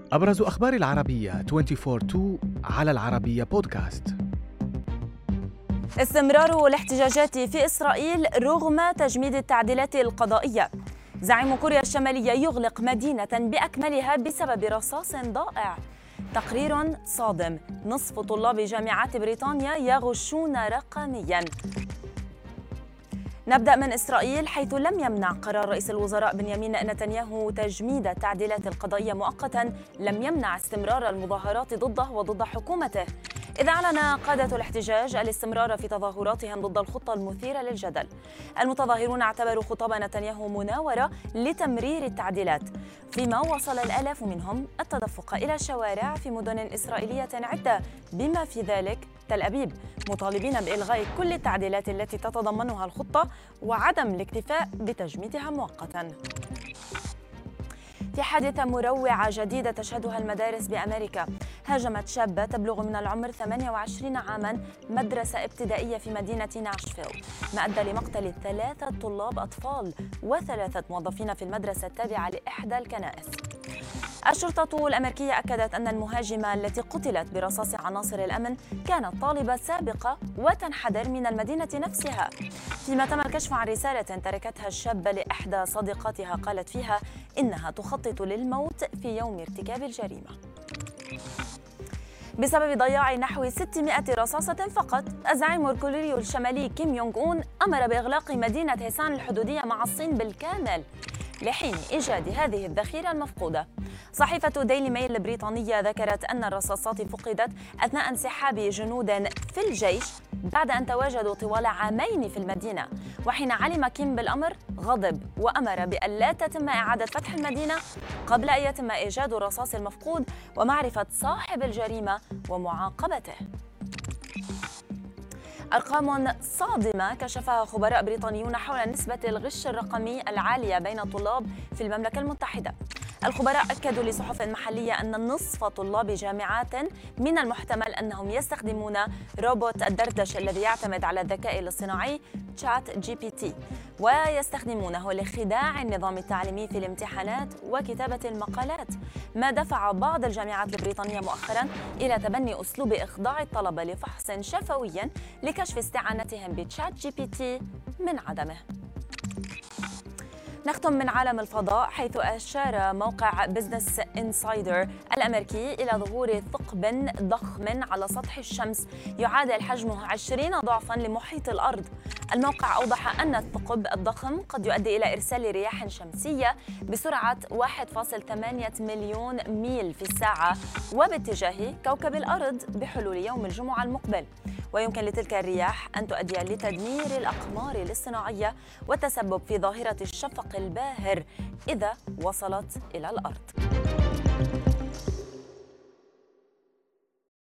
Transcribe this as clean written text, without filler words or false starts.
أبرز أخبار العربية 24/2 على العربية بودكاست. استمرار الاحتجاجات في إسرائيل رغم تجميد التعديلات القضائية. زعيم كوريا الشمالية يغلق مدينة بأكملها بسبب رصاص ضائع. تقرير صادم: نصف طلاب جامعات بريطانيا يغشون رقمياً. نبدأ من إسرائيل، حيث لم يمنع قرار رئيس الوزراء بنيامين نتنياهو تجميد التعديلات القضائية مؤقتاً، لم يمنع استمرار المظاهرات ضده وضد حكومته، إذ أعلن قادة الاحتجاج الاستمرار في تظاهراتهم ضد الخطة المثيرة للجدل. المتظاهرون اعتبروا خطاب نتنياهو مناورة لتمرير التعديلات، فيما وصل الآلاف منهم التدفق إلى الشوارع في مدن إسرائيلية عدة بما في ذلك تل أبيب، مطالبين بإلغاء كل التعديلات التي تتضمنها الخطة وعدم الاكتفاء بتجميدها مؤقتاً. في حادثة مروعة جديدة تشهدها المدارس بأمريكا، هاجمت شابة تبلغ من العمر 28 عاماً مدرسة ابتدائية في مدينة ناشفيل، ما أدى لمقتل 3 طلاب أطفال و3 موظفين في المدرسة التابعة لإحدى الكنائس. الشرطة الأمريكية أكدت أن المهاجمة التي قتلت برصاص عناصر الأمن كانت طالبة سابقة وتنحدر من المدينة نفسها، فيما تم الكشف عن رسالة تركتها الشابة لإحدى صديقاتها قالت فيها إنها تخطط للموت في يوم ارتكاب الجريمة. بسبب ضياع نحو 600 رصاصة فقط، الزعيم الكوري الشمالي كيم يونغ أون أمر بإغلاق مدينة هيسان الحدودية مع الصين بالكامل لحين إيجاد هذه الذخيرة المفقودة. صحيفة ديلي ميل البريطانية ذكرت أن الرصاصات فقدت أثناء انسحاب جنود في الجيش بعد أن تواجدوا طوال عامين في المدينة، وحين علم كيم بالأمر غضب وأمر بأن لا تتم إعادة فتح المدينة قبل أن يتم إيجاد الرصاص المفقود ومعرفة صاحب الجريمة ومعاقبته. أرقام صادمة كشفها خبراء بريطانيون حول نسبة الغش الرقمي العالية بين الطلاب في المملكة المتحدة. الخبراء أكدوا لصحف محلية أن نصف طلاب جامعات من المحتمل أنهم يستخدمون روبوت الدردش الذي يعتمد على الذكاء الاصطناعي تشات جي بي تي، ويستخدمونه لخداع النظام التعليمي في الامتحانات وكتابة المقالات، ما دفع بعض الجامعات البريطانية مؤخرا إلى تبني أسلوب إخضاع الطلبة لفحص شفوي لكشف استعانتهم بتشات جي بي تي من عدمه. نختم من عالم الفضاء، حيث أشار موقع بزنس إنسايدر الأمريكي إلى ظهور ثقب ضخم على سطح الشمس يعادل حجمه 20 ضعفاً لمحيط الأرض. الموقع أوضح أن الثقب الضخم قد يؤدي إلى إرسال رياح شمسية بسرعة 1.8 مليون ميل في الساعة وباتجاه كوكب الأرض بحلول يوم الجمعة المقبل، ويمكن لتلك الرياح أن تؤدي لتدمير الأقمار الاصطناعية والتسبب في ظاهرة الشفق الباهر إذا وصلت إلى الأرض.